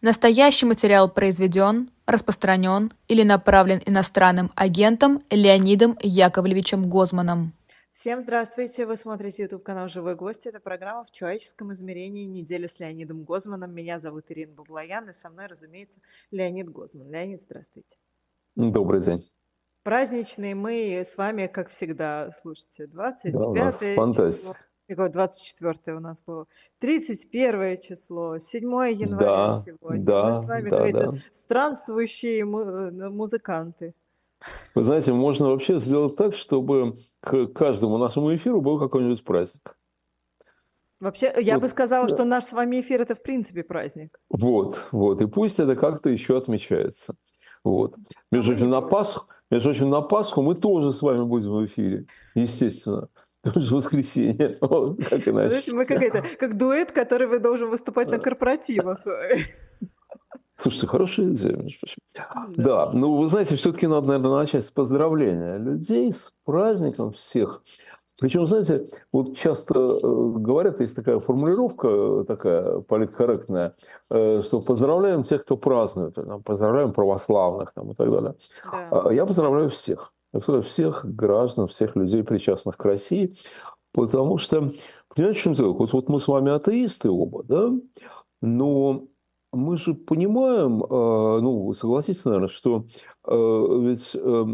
Настоящий материал произведен, распространен или направлен иностранным агентом Леонидом Яковлевичем Гозманом. Всем здравствуйте! Вы смотрите YouTube-канал «Живой гость». Это программа «В человеческом измерении. Неделя с Леонидом Гозманом». Меня зовут Ирина Баблоян, и со мной, разумеется, Леонид Гозман. Леонид, здравствуйте. Добрый день. Праздничные мы с вами, как всегда, слушайте, Да, у нас 25 число, фантастика. 24 у нас было, 31 число, 7 января Да, сегодня. Мы с да, вами, как да, говорится, да. странствующие музыканты. Вы знаете, можно вообще сделать так, чтобы к каждому нашему эфиру был какой-нибудь праздник. Вообще, я бы Вот, сказала, что наш с вами эфир – это в принципе праздник. вот. И пусть это как-то еще отмечается. Вот. А мы не против. Между прочим, на Пасху мы тоже с вами будем в эфире. Естественно. Тоже воскресенье. Вот, как иначе. Знаете, мы как дуэт, который вы должен выступать на корпоративах. Слушайте, хорошая идея, между прочим. Да. Да, ну вы знаете, все-таки надо, наверное, начать с поздравления людей с праздником всех. Причем, знаете, вот часто говорят, есть такая формулировка, такая политкорректная, что поздравляем тех, кто празднует, там, поздравляем православных там, и так далее. Да. А я поздравляю всех. Я поздравляю всех граждан, всех людей, причастных к России, потому что, понимаете, в чем дело? Вот мы с вами атеисты оба, да? Но мы же понимаем, ну, вы согласитесь, наверное, что ведь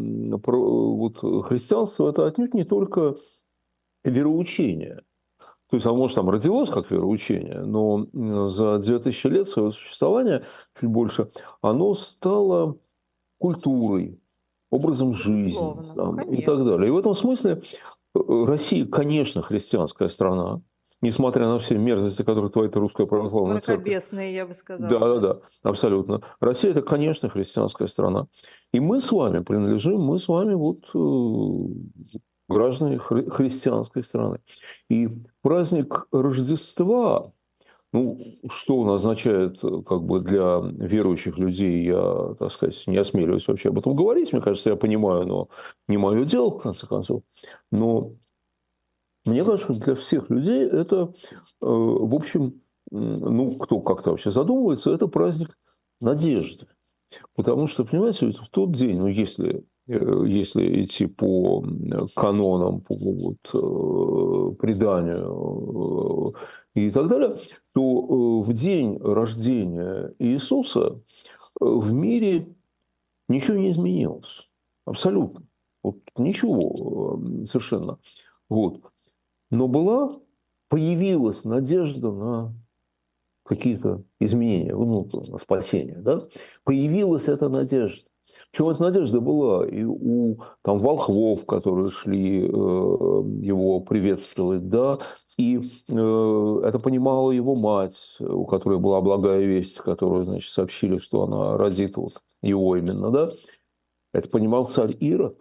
вот христианство – это отнюдь не только вероучение. То есть, оно, может, там родилось как вероучение, но за 2000 лет своего существования, чуть больше, оно стало культурой, образом жизни Безусловно, там, и так конечно. далее. И в этом смысле Россия, конечно, христианская страна, несмотря на все мерзости, которые творит Русская Православная Церковь. Мракобесные, я бы сказала, да. Да, абсолютно. Россия – это, конечно, христианская страна. И мы с вами принадлежим, мы с вами вот граждане христианской страны. И праздник Рождества, ну, что он означает как бы для верующих людей, я, так сказать, не осмеливаюсь вообще об этом говорить. Мне кажется, я понимаю, но не мое дело, в конце концов. Но мне кажется, что для всех людей это, в общем, ну, кто как-то вообще задумывается, это праздник надежды. Потому что, понимаете, ведь в тот день, ну, если идти по канонам, по вот, преданию и так далее, то в день рождения Иисуса в мире ничего не изменилось. Абсолютно. Вот ничего совершенно. Вот. Но появилась надежда на какие-то изменения, ну, на спасение. Да? Появилась эта надежда. Причем эта надежда была и у там, волхвов, которые шли его приветствовать, да, и это понимала его мать, у которой была благая весть, которую, значит, сообщили, что она родит вот его именно, да. Это понимал царь Ирод,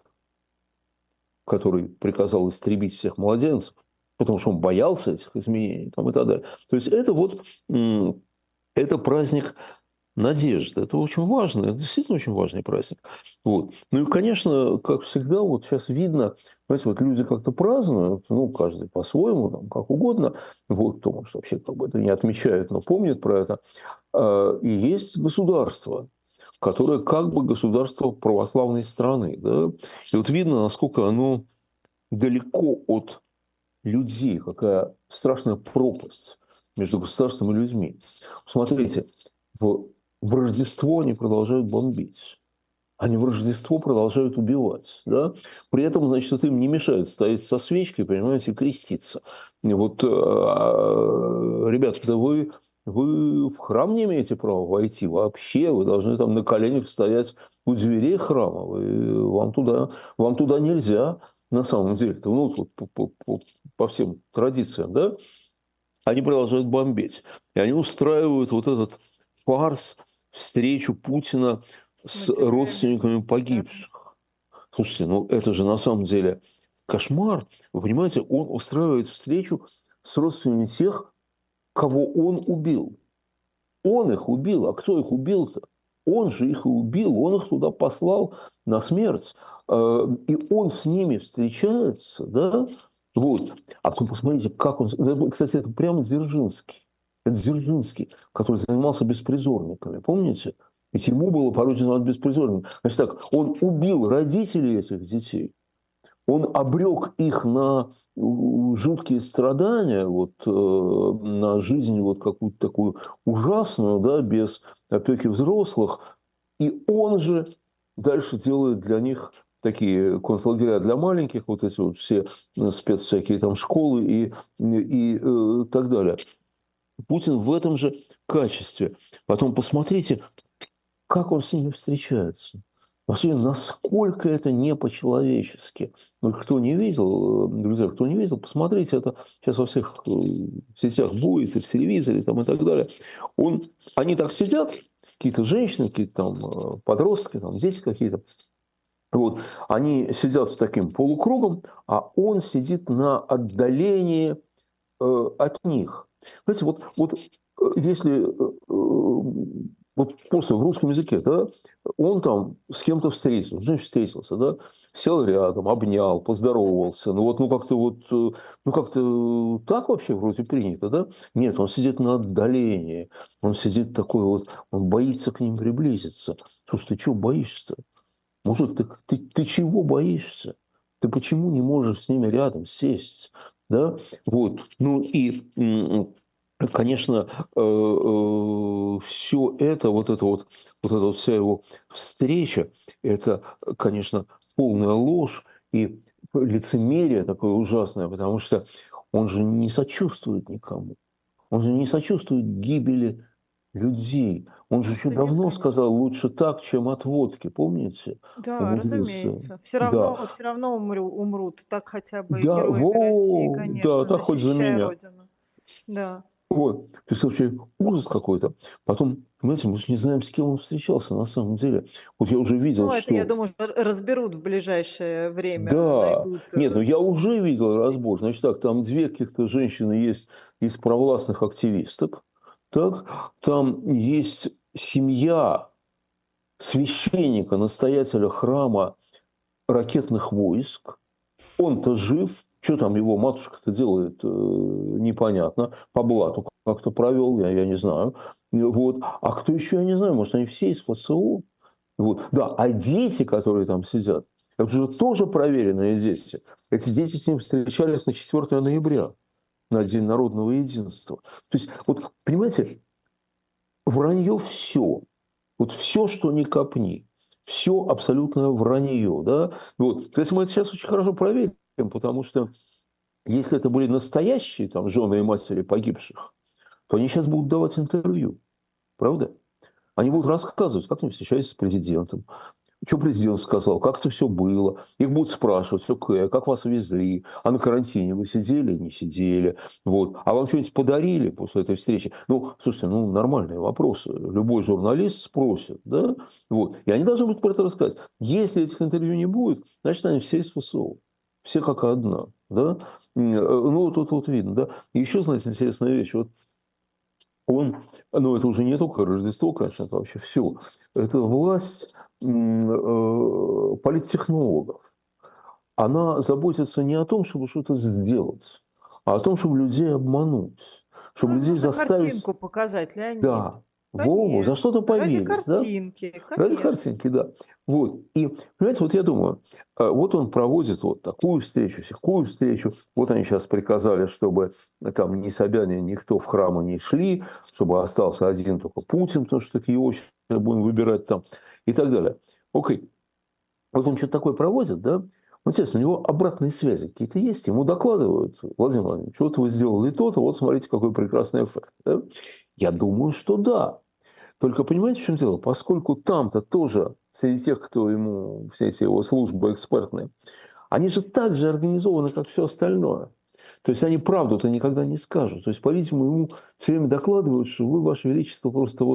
который приказал истребить всех младенцев, потому что он боялся этих изменений там, и так далее. То есть это вот это праздник надежды. Это очень важно, это действительно очень важный праздник. Вот. Ну и, конечно, как всегда, вот сейчас видно, знаете, вот люди как-то празднуют, ну, каждый по-своему, там, как угодно, вот, потому что вообще как бы это не отмечают, но помнят про это. И есть государство, которое как бы государство православной страны. Да? И вот видно, насколько оно далеко от людей, какая страшная пропасть между государством и людьми. Смотрите, в Рождество они продолжают бомбить. Они в Рождество продолжают убивать. Да? При этом, значит, это им не мешает стоять со свечкой, понимаете, креститься. И вот, ребята, вы в храм не имеете права войти вообще. Вы должны там на коленях стоять у дверей храма. Вам туда нельзя на самом деле. Ну, вот, по всем традициям, да? Они продолжают бомбить. И они устраивают вот этот фарс, встречу Путина с Материальные. родственниками Да. погибших. Слушайте, ну это же на самом деле кошмар. Вы понимаете, он устраивает встречу с родственниками тех, кого он убил. Он их убил. А кто их убил-то? Он же их и убил. Он их туда послал на смерть. И он с ними встречается, да? Вот. А потом посмотрите, как он... Кстати, это прямо Дзержинский. Это Дзержинский, который занимался беспризорниками. Помните? Ведь ему было поручено от беспризорников. Значит так, он убил родителей этих детей. Он обрек их на жуткие страдания, вот, на жизнь вот какую-то такую ужасную, да, без опеки взрослых. И он же дальше делает для них такие концлагеря для маленьких, вот эти вот все спец всякие там школы и так далее. Путин в этом же качестве. Потом посмотрите, как он с ними встречается. Вообще, насколько это не по-человечески. Ну, кто не видел, друзья, кто не видел, посмотрите, это сейчас во всех сетях будет, и в телевизоре там, и так далее. Они так сидят, какие-то женщины, какие-то там подростки, там, дети какие-то. Вот, они сидят с таким полукругом, а он сидит на отдалении от них. Знаете, если вот просто в русском языке, да, он там с кем-то встретился, значит, встретился, да, сел рядом, обнял, поздоровался, ну как-то так вообще вроде принято, да? Нет, он сидит на отдалении, он сидит такой вот, он боится к ним приблизиться. Слушай, ты чего боишься-то? Мужик, ты чего боишься? Ты почему не можешь с ними рядом сесть? Да? Вот. Ну и, конечно, все это, вот эта вот вся его встреча, это, конечно, полная ложь и лицемерие такое ужасное, потому что он же не сочувствует никому. Он же не сочувствует гибели людей. Он же еще Да нет, давно конечно. сказал, лучше так, чем от водки, помните? Да, Умудрился. разумеется. Все Да, равно, все равно умрут. Так хотя бы да, героями России, да, конечно, так хоть за защищая меня. Родину. Да. Вот. То есть вообще ужас какой-то. Потом, понимаете, мы же не знаем, с кем он встречался на самом деле. Вот я уже видел, Ну, это, я что... думаю, разберут в ближайшее время, Да, найдут. нет, ну я уже видел разбор. Значит так, там две каких-то женщины есть из провластных активисток. Так, там есть семья священника, настоятеля храма ракетных войск. Он-то жив. Что там его матушка-то делает, непонятно. По блату как-то провел, я не знаю. Вот. А кто еще, я не знаю. Может, они все из ФСО? Вот. Да, а дети, которые там сидят, это же тоже проверенные дети. Эти дети с ним встречались на 4 ноября, на День народного единства. То есть, вот, понимаете, вранье все. Вот все, что не копни. Все абсолютное вранье. Да? Вот. Кстати, мы это сейчас очень хорошо проверим, потому что если это были настоящие там, жены и матери погибших, то они сейчас будут давать интервью. Правда? Они будут рассказывать, как они встречались с президентом, что президент сказал, как это все было. Их будут спрашивать, окей, как вас везли, а на карантине вы сидели, не сидели, вот. А вам что-нибудь подарили после этой встречи? Ну, слушайте, ну, нормальные вопросы. Любой журналист спросит, да? Вот. И они должны будут про это рассказать. Если этих интервью не будет, значит, они все из ФСО. Все как одна, да? Ну, тут вот видно, да? И еще, знаете, интересная вещь. Вот ну, это уже не только Рождество, конечно, это вообще все. Это власть политтехнологов. Она заботится не о том, чтобы что-то сделать, а о том, чтобы людей обмануть, чтобы Ну, им людей нужно заставить, картинку показать, Леонид. да, Вову, за что-то Конечно. Ради поверить, да? картинки, Ради конечно. картинки, да. Вот. И, понимаете, вот я думаю, вот он проводит вот такую встречу, всякую встречу. Вот они сейчас приказали, чтобы там ни Собянин, никто в храмы не шли, чтобы остался один только Путин, потому что такие очереди будем выбирать там и так далее. Окей. Вот он что-то такое проводит, да? Ну, естественно, у него обратные связи какие-то есть. Ему докладывают, Владимир Владимирович, вот вы сделали то-то, вот смотрите, какой прекрасный эффект. Да? Я думаю, что да. Только понимаете, в чем дело? Поскольку там-то тоже среди тех, кто ему, все эти его службы экспертные, они же так же организованы, как все остальное. То есть они правду-то никогда не скажут. То есть, по-видимому, ему все время докладывают, что вы, Ваше Величество, просто вот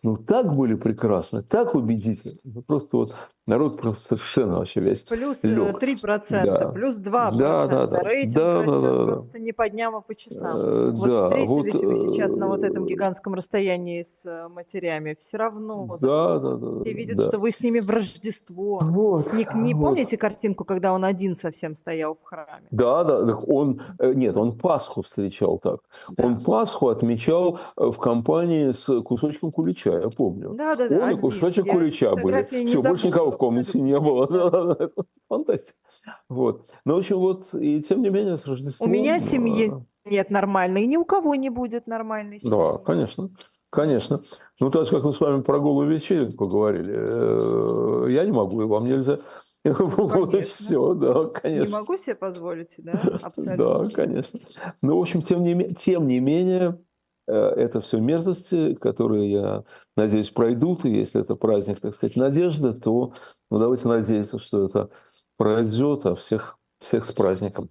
ну, так были прекрасны, так убедительны. Ну, просто вот народ просто совершенно вообще весь Плюс лег. 3%, Да, плюс да, да, 2%. да, Рейтинг да, да, растет да, да. просто не по дням, а по часам. Вот Да, вот, встретились вы сейчас на вот этом гигантском расстоянии с матерями, все равно да, да, да, все видят, да. что вы с ними в Рождество. Вот, Не вот. помните картинку, когда он один совсем стоял в храме? Да, да, так он, нет, он Пасху встречал так. Он Да. Пасху отмечал в компании с кусочком кулича, я помню. Да-да-да, Он и один. кусочек Я эти кулича были. фотографии не Все, больше никого забуду, в комнате абсолютно. не было. Да. Да, да, да, это фантастика. Вот. Ну, в общем, вот, и тем не менее, с У меня Рождеством... семьи нет нормальной, и ни у кого не будет нормальной Да, семьи. конечно, Вот. конечно. Ну, так же, как мы с вами про голую вечеринку говорили, я не могу, и вам нельзя. Вот и Конечно. все, да, Не конечно. могу себе позволить, да, Да, абсолютно. конечно. Но, в общем, тем не менее, это все мерзости, которые, я надеюсь, пройдут. И если это праздник, так сказать, надежды, то ну, давайте надеяться, что это пройдет, а всех с праздником.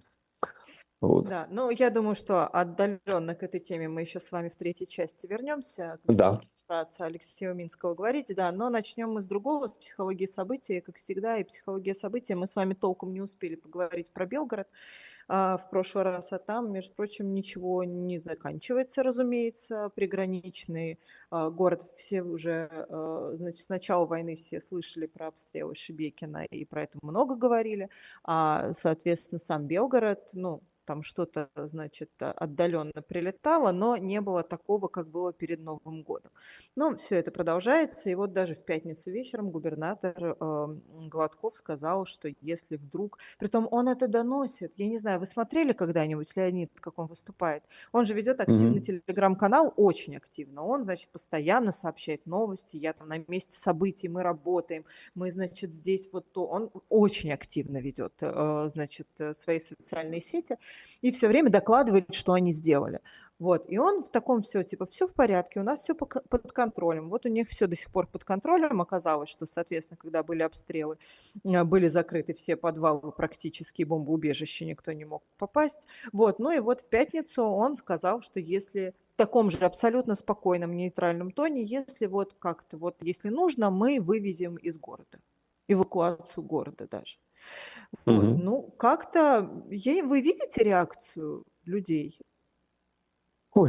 Вот. Да, ну, я думаю, что отдаленно к этой теме мы еще с вами в третьей части вернемся, когда Да. будем про отца Алексея Минского говорить, да, но начнем мы с другого, с психологии событий, как всегда, и психология событий. Мы с вами толком не успели поговорить про Белгород в прошлый раз, а там, между прочим, ничего не заканчивается, разумеется, приграничный город. Все уже, значит, с начала войны все слышали про обстрелы Шебекина и про это много говорили, соответственно, сам Белгород, ну, там что-то, значит, отдаленно прилетало, но не было такого, как было перед Новым годом. Но все это продолжается, и вот даже в пятницу вечером губернатор Гладков сказал, что если вдруг... Притом он это доносит. Я не знаю, вы смотрели когда-нибудь, Леонид, как он выступает? Он же ведет активный Мгм. телеграм-канал, очень активно. Он, значит, постоянно сообщает новости. Я там на месте событий, мы работаем, мы, значит, здесь вот то. Он очень активно ведет, значит, свои социальные сети и все время докладывает, что они сделали. Вот, и он в таком все типа, все в порядке, у нас все под контролем. Вот у них все до сих пор под контролем. Оказалось, что, соответственно, когда были обстрелы, были закрыты все подвалы практически, и бомбоубежища, никто не мог попасть. Вот, ну и вот в пятницу он сказал, что если в таком же абсолютно спокойном, нейтральном тоне, если вот как-то, вот если нужно, мы вывезем из города. Эвакуацию города даже. Вот. Мгм. Ну, как-то вы видите реакцию людей? Ой,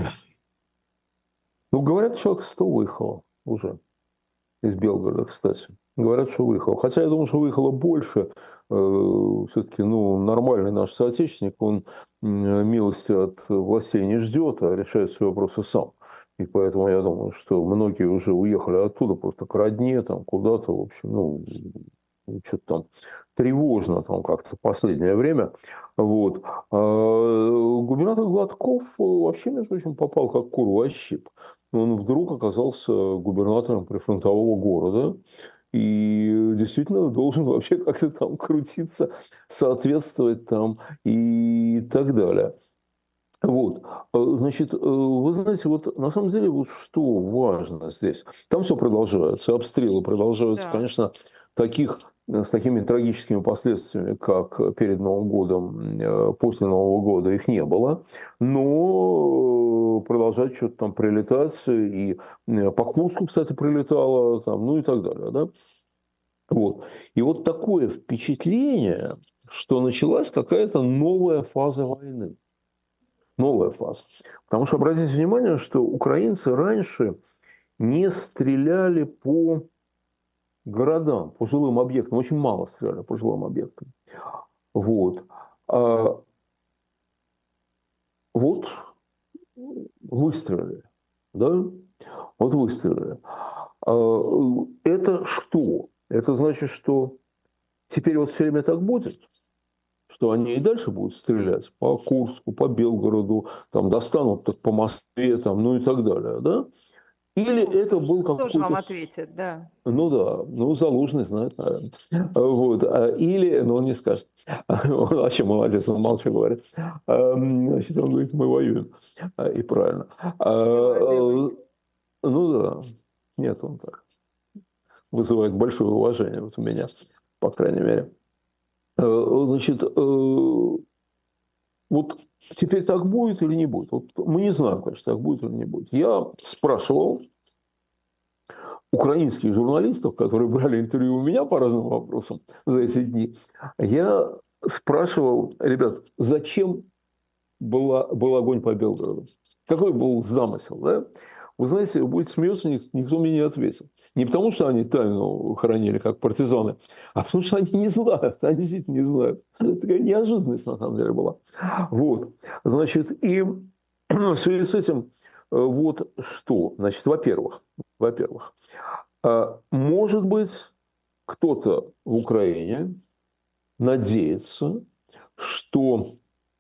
ну, говорят, человек 100 выехало уже. Из Белгорода, кстати. Говорят, что выехал. Хотя я думаю, что выехало больше. Все-таки ну, нормальный наш соотечественник, он милости от властей не ждет, а решает свои вопросы сам. И поэтому я думаю, что многие уже уехали оттуда просто к родне, там, куда-то, в общем, ну, что-то там тревожно там как-то в последнее время. Вот. Губернатор Гладков вообще, между прочим, попал как кур во щип. Он вдруг оказался губернатором прифронтового города и действительно должен вообще как-то там крутиться, соответствовать там и так далее. Вот. Значит, вы знаете, вот на самом деле вот что важно здесь. Там все продолжается, обстрелы продолжаются, Да. конечно, с такими трагическими последствиями, как перед Новым годом, после Нового года их не было, но продолжать что-то там прилетать, и по Курску, кстати, прилетало, там, ну и так далее, да. Вот. И вот такое впечатление, что началась какая-то новая фаза войны. Новая фаза. Потому что обратите внимание, что украинцы раньше не стреляли по городам, по жилым объектам. Очень мало стреляли по жилым объектам. Вот. А вот выстрелили. Да? Вот выстрелили. Это что? Это значит, что теперь вот все время так будет? Что они и дальше будут стрелять по Курску, по Белгороду, там достанут так по Москве, там, ну и так далее, да? Или Ну, это был кто же вам какой-то... ответит, да. Ну да, ну Залужный знает, наверное. Вот. Или, но он не скажет. Он вообще молодец, он молча говорит. Значит, он говорит, мы воюем. И правильно. Дела делает. Ну да, нет, он так. Вызывает большое уважение вот у меня, по крайней мере. Значит, вот теперь так будет или не будет? Вот мы не знаем, конечно, так будет или не будет. Я спрашивал украинских журналистов, которые брали интервью у меня по разным вопросам за эти дни, я спрашивал, ребят, зачем был огонь по Белгороду? Какой был замысел? Да? Вы знаете, вы будете смеяться, никто мне не ответил. Не потому, что они тайну хоронили, как партизаны, а потому, что они не знают. Они действительно не знают. Такая неожиданность, на самом деле, была. Вот. Значит, и в связи с этим, вот что. Значит, во-первых, может быть, кто-то в Украине надеется, что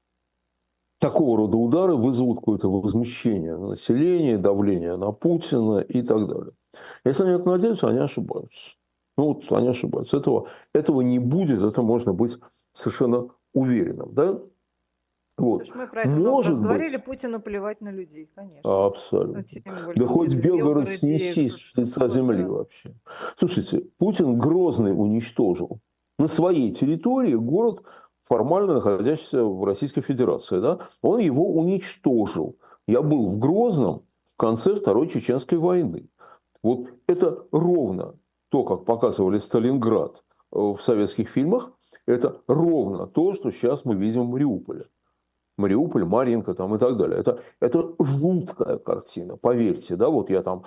такого рода удары вызовут какое-то возмущение населения, давление на Путина и так далее. Если они это надеются, они ошибаются. Ну, вот они ошибаются. Этого не будет, это можно быть совершенно уверенным. Да? Вот. Мы про это много раз говорили, Путину плевать на людей, конечно. Абсолютно. Да хоть Белгород снеси с лица земли вообще. Слушайте, Путин Грозный уничтожил. На своей территории город, формально находящийся в Российской Федерации. Да? Он его уничтожил. Я был в Грозном в конце Второй Чеченской войны. Вот это ровно то, как показывали Сталинград в советских фильмах, это ровно то, что сейчас мы видим в Мариуполе. Мариуполь, Марьинка там и так далее. Это жуткая картина, поверьте. Да? Вот я там,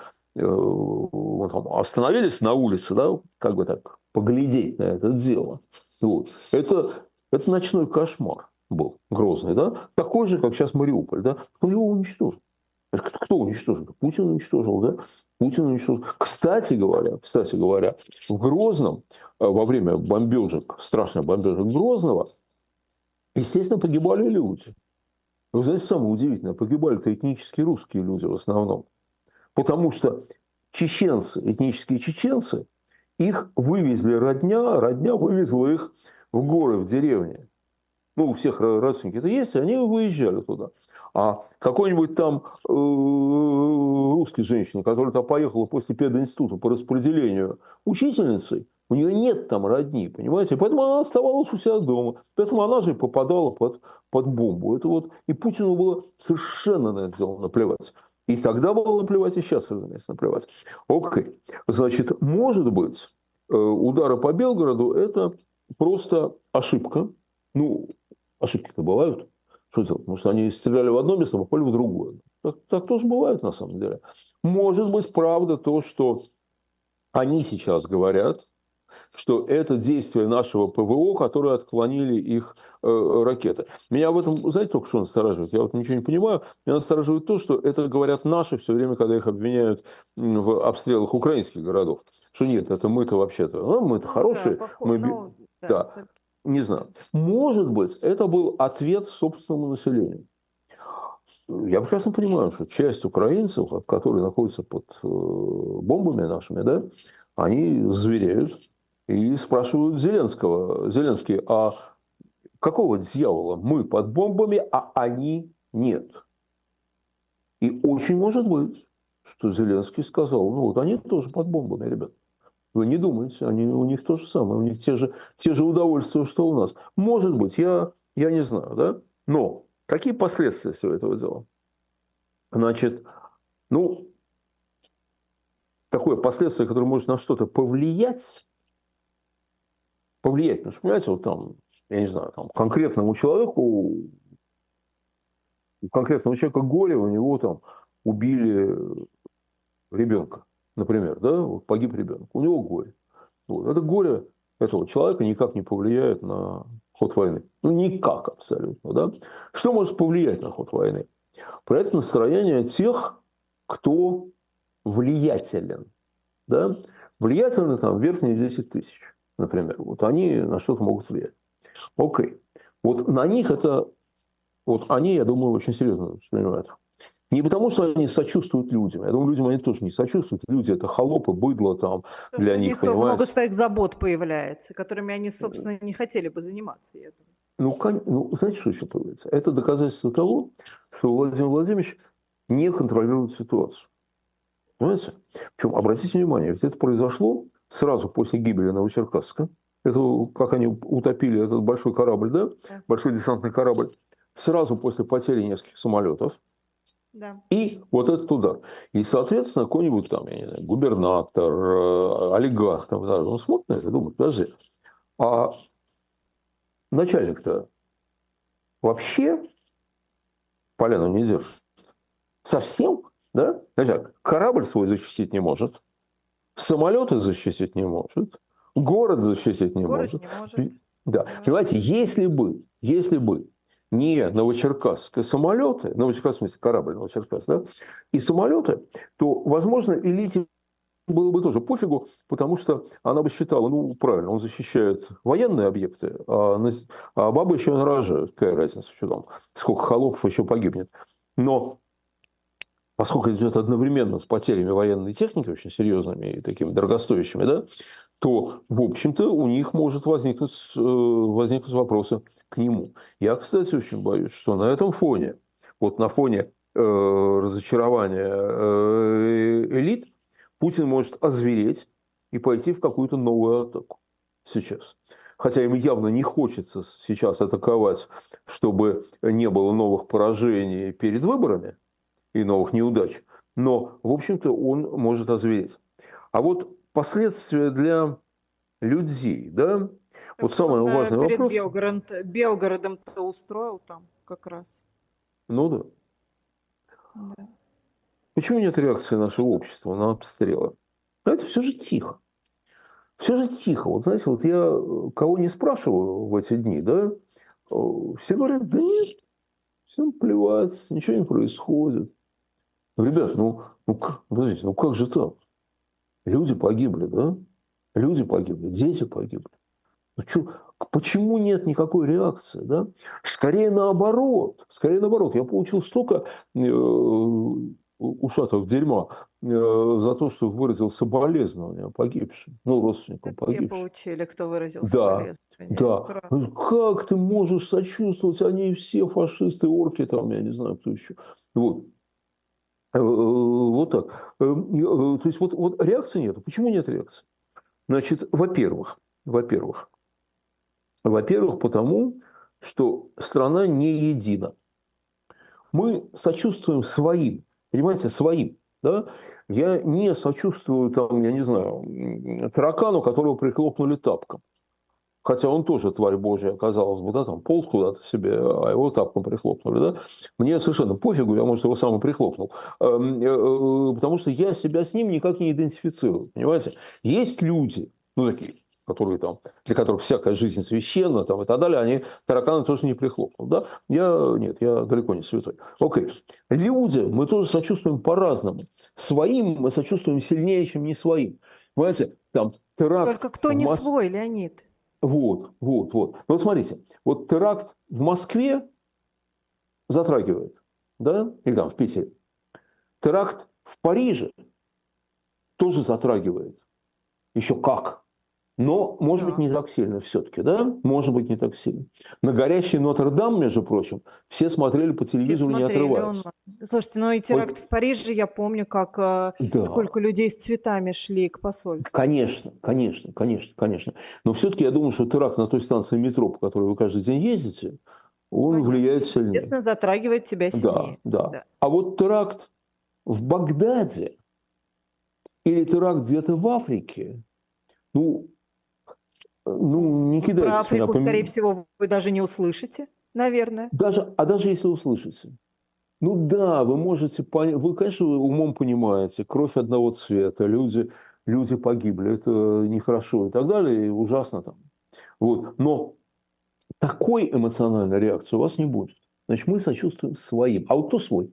мы там остановились на улице, да, как бы так поглядеть на это дело. Вот. Это ночной кошмар был Грозный. Да? Такой же, как сейчас Мариуполь. Да? Он его уничтожил. Кто уничтожил? Путин уничтожил. Да? Путин уничтожил. Кстати говоря, в Грозном во время бомбежек, страшных бомбежек Грозного, естественно, погибали люди. Вы знаете, самое удивительное, погибали-то этнические русские люди в основном. Потому что чеченцы, этнические чеченцы, их вывезли родня вывезла их в горы, в деревни. Ну, у всех родственники-то есть, и они выезжали туда. А какой-нибудь там русской женщине, которая там поехала после пединститута по распределению учительницей, у нее нет там родни, понимаете? Поэтому она оставалась у себя дома. Поэтому она же попадала под бомбу. Это вот... И Путину было совершенно на это дело наплевать. И тогда было наплевать, и сейчас, разумеется, наплевать. Окей. Значит, может быть, удары по Белгороду – это просто ошибка. Ну, ошибки-то бывают. Что делать? Потому что они стреляли в одно место, а попали в другое. Так тоже бывает на самом деле. Может быть, правда то, что они сейчас говорят, что это действие нашего ПВО, которые отклонили их ракеты. Меня в этом, знаете, только что настораживает? Я вот ничего не понимаю. Меня настораживает то, что это говорят наши все время, когда их обвиняют в обстрелах украинских городов. Что нет, это мы-то вообще-то, мы-то хорошие. Да. Не знаю. Может быть, это был ответ собственному населению. Я прекрасно понимаю, что часть украинцев, которые находятся под бомбами нашими, да, они звереют и спрашивают Зеленского. Зеленский, а какого дьявола мы под бомбами, а они нет? И очень может быть, что Зеленский сказал, ну вот они тоже под бомбами, ребят. Вы не думаете, у них то же самое, у них те же удовольствия, что у нас. Может быть, я не знаю, да? Но какие последствия всего этого дела? Значит, ну, такое последствие, которое может на что-то повлиять, потому что, понимаете, вот там, я не знаю, там, конкретному человека горе, у него там убили ребенка, например, да, вот погиб ребенок, у него горе. Вот. Это горе этого человека никак не повлияет на ход войны. Ну, никак абсолютно. Да? Что может повлиять на ход войны? Проект настроения тех, кто влиятелен. Да? Влиятельны там верхние 10 тысяч, например. Вот они на что-то могут влиять. Окей. Вот на них это... Вот они, я думаю, очень серьезно воспринимают. Не потому, что они сочувствуют людям. Я думаю, людям они тоже не сочувствуют. Люди – это холопы, быдло там для них, понимаете. Много своих забот появляется, которыми они, собственно, не хотели бы заниматься, я думаю. Ну, знаете, что еще появляется? Это доказательство того, что Владимир Владимирович не контролирует ситуацию. Понимаете? Причем, обратите внимание, ведь это произошло сразу после гибели Новочеркасска. Это как они утопили этот большой корабль, да? Большой десантный корабль. Сразу после потери нескольких самолетов. Да. И вот этот удар. И, соответственно, какой-нибудь там, я не знаю, губернатор, олигарх, там, да, он смотрит на это и думает, подожди, а начальник-то вообще поляну не держит? Совсем? Да? Значит, корабль свой защитить не может, самолеты защитить не может, город защитить не Город может. не может. Да. Да. Понимаете, если бы не новочеркасские самолеты, Новочеркасск, в смысле, корабль Новочеркасск, да, и самолеты, то, возможно, элите было бы тоже пофигу, потому что она бы считала, ну, правильно, он защищает военные объекты, а бабы еще нарожают. Какая разница, что там, сколько холопов еще погибнет. Но поскольку идет одновременно с потерями военной техники, очень серьезными и такими дорогостоящими, да, то, в общем-то, у них может возникнуть вопросы к нему. Я, кстати, очень боюсь, что на этом фоне, вот на фоне разочарования элит, Путин может озвереть и пойти в какую-то новую атаку сейчас. Хотя им явно не хочется сейчас атаковать, чтобы не было новых поражений перед выборами и новых неудач. Но, в общем-то, он может озвереть. А вот последствия для людей, да? Вот Так самый он важный перед вопрос. Белгородом-то устроил там как раз. Ну да. Да. Почему нет реакции нашего Что? общества на обстрелы? Знаете, все же тихо. Все же тихо. Вот знаете, вот я кого не спрашиваю в эти дни, да, все говорят, да нет, всем плевать, ничего не происходит. Ну, ребят, подождите, ну как же так? Люди погибли, да? Люди погибли, дети погибли. Ну, почему нет никакой реакции? Да? Скорее наоборот. Скорее наоборот. Я получил столько ушатов дерьма за то, что выразил соболезнования погибшим, ну, родственникам Все погибшим. получили, кто выразил Да, соболезнования. Это да. правда. Ну, как ты можешь сочувствовать? Они все фашисты, орки, там, я не знаю, кто еще. Вот. Вот так. То есть вот реакции нет. Почему нет реакции? Значит, во-первых, потому что страна не едина. Мы сочувствуем своим, понимаете, своим. Да? Я не сочувствую, там, я не знаю, таракану, которого прихлопнули тапком. Хотя он тоже тварь Божья, казалось бы, да, там полз куда-то себе, а его тапком прихлопнули, да. Мне совершенно пофигу, я, может, его сам и прихлопнул. Потому что я себя с ним никак не идентифицирую, понимаете. Есть люди, ну, такие, которые там, для которых всякая жизнь священна, там, и так далее, они тараканы тоже не прихлопнут, да. Нет, я далеко не святой. Окей. Люди, мы тоже сочувствуем по-разному. Своим мы сочувствуем сильнее, чем не своим. Понимаете, там теракт Только кто в не Москве. свой, Леонид? Вот. Ну, вот смотрите, вот теракт в Москве затрагивает, да, или там в Питере. Теракт в Париже тоже затрагивает. Еще как. Но, может быть, Да. не так сильно все-таки, да? Может быть, не так сильно. На горящий Нотр-Дам, между прочим, все смотрели по Все телевизору, не смотрели отрываясь. онлайн. Слушайте, ну и теракт Вот, в Париже, я помню, как да, сколько людей с цветами шли к посольству. конечно. Но все-таки я думаю, что теракт на той станции метро, по которой вы каждый день ездите, он Понятно. влияет сильнее. Естественно, затрагивает тебя Да, сильнее. да. Да. А вот теракт в Багдаде или теракт где-то в Африке, ну, не Про кидайтесь в меня. Африку, скорее всего, вы даже не услышите, наверное. Даже если услышите. Ну да, вы можете понять, вы, конечно, вы умом понимаете, кровь одного цвета, люди погибли, это нехорошо и так далее, и ужасно там. Вот. Но такой эмоциональной реакции у вас не будет. Значит, мы сочувствуем своим. А вот кто свой?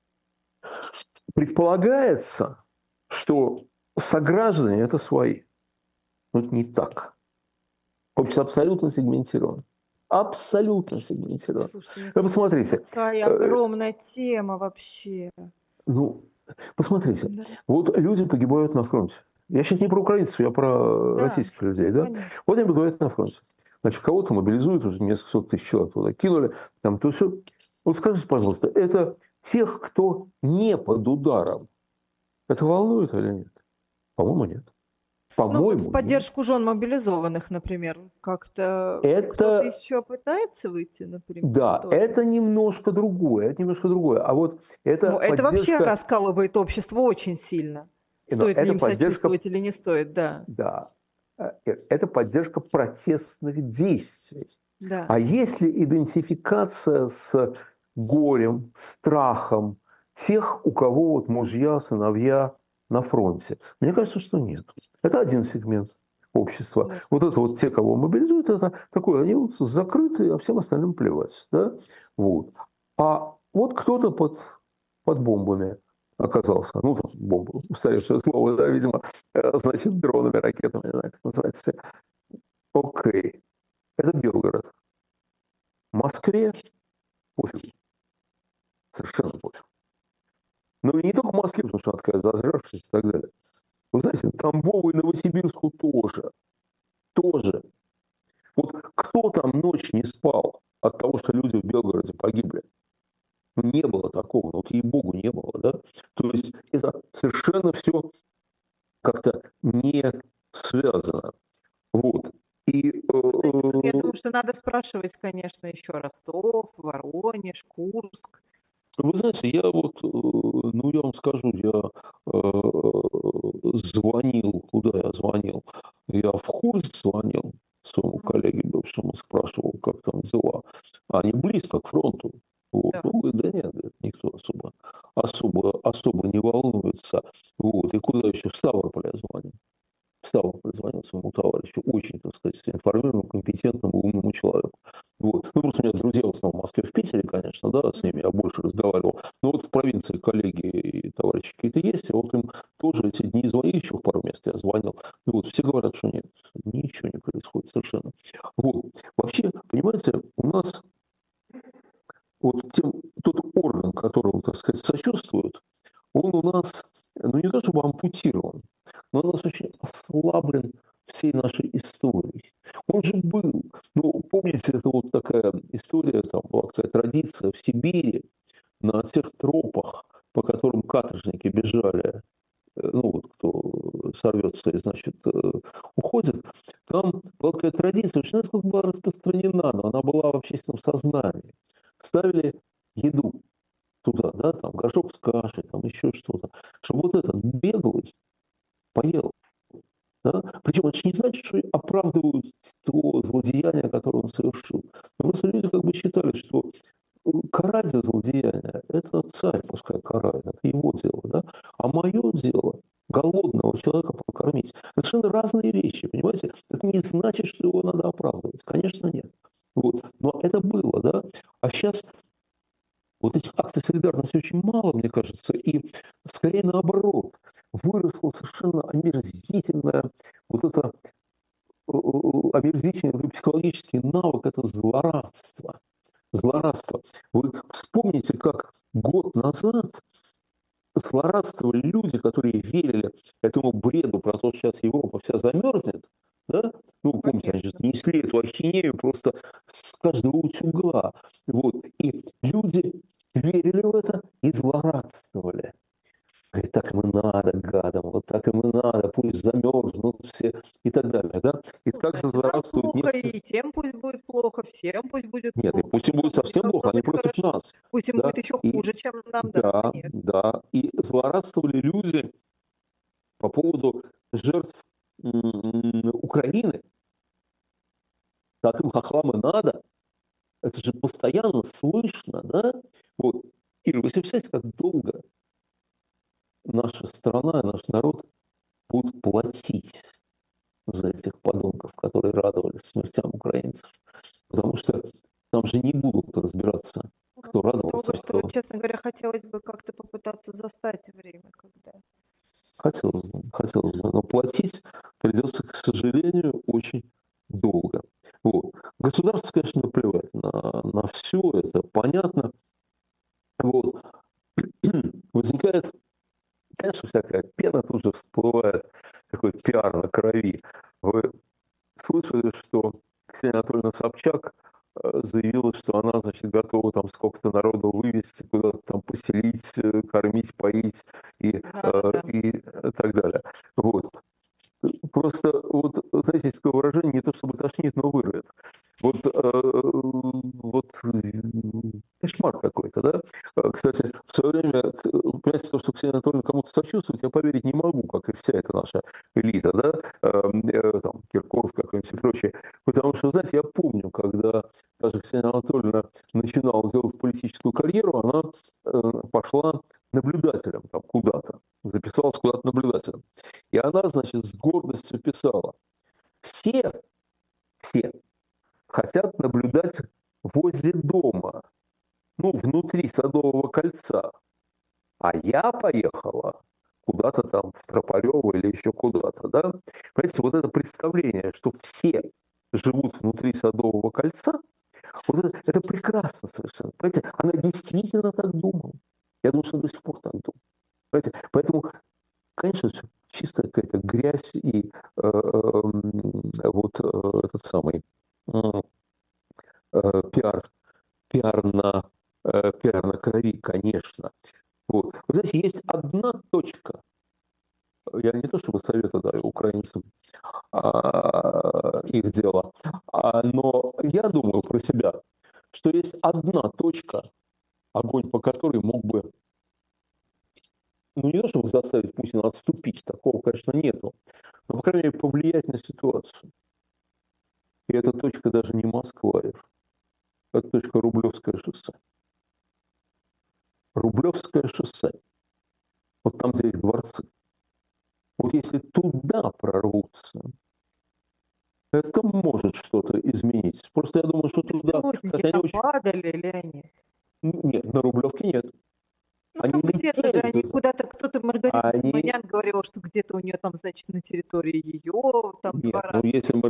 Предполагается, что сограждане – это свои. Но это не так. Общество абсолютно сегментировано. Абсолютно сегментировано. Слушайте, мне Вы кажется, это посмотрите. такая огромная тема вообще. Ну, посмотрите. Да, Вот люди погибают на фронте. Я сейчас не про украинцев, я про да, российских людей. Да? понятно. Вот они погибают на фронте. Значит, кого-то мобилизуют, уже несколько сот тысяч человек туда кинули. Там, то все. Вот скажите, пожалуйста, это тех, кто не под ударом, это волнует или нет? По-моему, нет. Ну, вот в По-моему, нет. поддержку жен мобилизованных, например, как-то кто-то Это, еще пытается выйти, например, да, тоже. это немножко другое, это немножко другое. А вот это Ну, это вообще поддержка, раскалывает общество очень сильно. но Стоит ли это им поддержка, сочувствовать или не стоит, да. да, это поддержка протестных действий. Да. А если идентификация с горем, страхом тех, у кого вот мужья, сыновья на фронте? Мне кажется, что нет. Это один сегмент общества. Да. Вот это вот те, кого мобилизуют, это такое, они вот закрыты, а всем остальным плевать. Да? Вот. А вот кто-то под бомбами оказался. Ну, там, бомба, устаревшее слово, да, видимо, значит, дронами, ракетами, не знаю, как называется теперь. Окей, это Белгород. Москве пофиг, совершенно пофиг. Ну и не только в Москве, потому что она такая зажравшаяся и так далее. Вы знаете, Тамбову и Новосибирску тоже. Тоже. Вот кто там ночь не спал от того, что люди в Белгороде погибли? Ну, не было такого, вот ей-богу не было, да? То есть это совершенно все как-то не связано. Вот. И Вы знаете, тут я думаю, что надо спрашивать, конечно, еще Ростов, Воронеж, Курск. вы знаете, я вот, ну, я вам скажу, я звонил, куда я звонил? Я в Курск звонил своему Мгм. коллеге бывшему, спрашивал, как там дела. Они близко к фронту. Вот. Да. Ну, говорит, да нет, говорит, никто особо не волнуется. Вот. И куда еще? В Ставрополь я звонил. Встал, позвонил своему товарищу, очень, так сказать, информированному, компетентному, умному человеку. Вот. Ну, просто у меня друзья в основном в Москве, в Питере, конечно, да, с ними я больше разговаривал. Но вот в провинции коллеги и товарищи какие-то есть, и вот им тоже эти дни звонили, еще в пару мест я звонил. И вот все говорят, что нет, ничего не происходит совершенно. Вот. Вообще, понимаете, у нас вот тот орган, которому, так сказать, сочувствуют, он у нас, ну не то чтобы ампутирован, но у нас очень ослаблен всей нашей историей. Он же был, ну помните, это вот такая история, там была такая традиция в Сибири на тех тропах, по которым каторжники бежали, ну вот кто сорвется и, значит, уходит, там была такая традиция, очень насколько была распространена, но она была в общественном сознании. Ставили еду туда, да, там горшок с кашей, там еще что-то, чтобы вот этот беглый поел. Да? Причем это же не значит, что оправдывают то злодеяние, которое он совершил. Но просто люди как бы считали, что карать за злодеяние– это царь пускай карает, это его дело. Да? А мое дело голодного человека покормить. Это совершенно разные вещи, понимаете? Это не значит, что его надо оправдывать. Конечно, нет. Вот. Но это было, да? А сейчас вот этих акций солидарности очень мало, мне кажется, и скорее наоборот, выросло совершенно омерзительное, вот это омерзительный психологический навык, это злорадство. Злорадство. Вы вспомните, как год назад злорадствовали люди, которые верили этому бреду про то, что сейчас Европа вся замерзнет, да? Ну, помните, они же Конечно. несли эту ахинею просто с каждого утюга. Вот. И люди верили в это и злорадствовали. Говорит, так им и надо, гадам, вот так им и надо, пусть замерзнут все и так далее. Да? И Ну, также значит, нам злорадствуют плохо, некоторые. и тем пусть будет плохо, всем пусть будет Нет, и плохо. пусть им будет Никому не совсем плохо, должно они быть против хорошо. нас. Пусть им Да? будет еще И, хуже, чем нам, да, да, конечно. да. И злорадствовали люди по поводу жертв Украины. Так им хохлам и надо. Это же постоянно слышно, да? Вот. Ира, вы себе представляете, как долго наша страна и наш народ будут платить за этих подонков, которые радовались смертям украинцев? Потому что там же не будут разбираться, кто Настолько радовался, долго, а что, кто честно говоря, хотелось бы как-то попытаться застать время, когда... хотелось бы. Но платить придется, к сожалению, очень долго. Вот. Государство, конечно, наплевать на все это, понятно. Вот. Возникает, конечно, всякая пена тут же всплывает, такой пиар на крови. Вы слышали, что Ксения Анатольевна Собчак заявила, что она, значит, готова там сколько-то народу вывести, куда-то там поселить, кормить, поить и Да-да-да. так далее. Вот. просто, вот, знаете, есть такое выражение, не то чтобы тошнит, но вырвет. Кошмар какой-то, да? Кстати, в свое время, понимаете, то, что Ксения Анатольевна кому-то сочувствует, я поверить не могу, как и вся эта наша элита, да? Там, Киркоров какой-нибудь и прочее. Потому что, знаете, я помню, когда даже Ксения Анатольевна начинала делать политическую карьеру, она пошла наблюдателем там куда-то, записалась куда-то наблюдателем. И она, значит, с гордостью писала: все хотят наблюдать возле дома, ну, внутри Садового кольца. А я поехала куда-то там в Тропарево или еще куда-то, да? Понимаете, вот это представление, что все живут внутри Садового кольца, вот это прекрасно совершенно. Понимаете, она действительно так думала. Я думаю, что она до сих пор так думает. Понимаете? Поэтому, конечно, это чистая какая-то грязь и этот самый пиар, пиар на крови, конечно. Вот. Вы знаете, есть одна точка, я не то чтобы советую украинцам их дело, но я думаю про себя, что есть одна точка, огонь по которой мог бы, ну не то чтобы заставить Путина отступить, такого, конечно, нету, но, по крайней мере, повлиять на ситуацию. И эта точка даже не Москва, это точка Рублевское шоссе. Рублевское шоссе. Вот там, где их дворцы. Вот если туда прорвутся, это может что-то изменить. Просто я думаю, что туда... Беспилотники Кстати, они там очень... падали, Леонид? Нет, на Рублевке нет. Ну, Они там где-то же летели они туда. куда-то, кто-то, Маргарита Они... Симонян говорила, что где-то у нее там, значит, на территории ее там Нет, двора. ну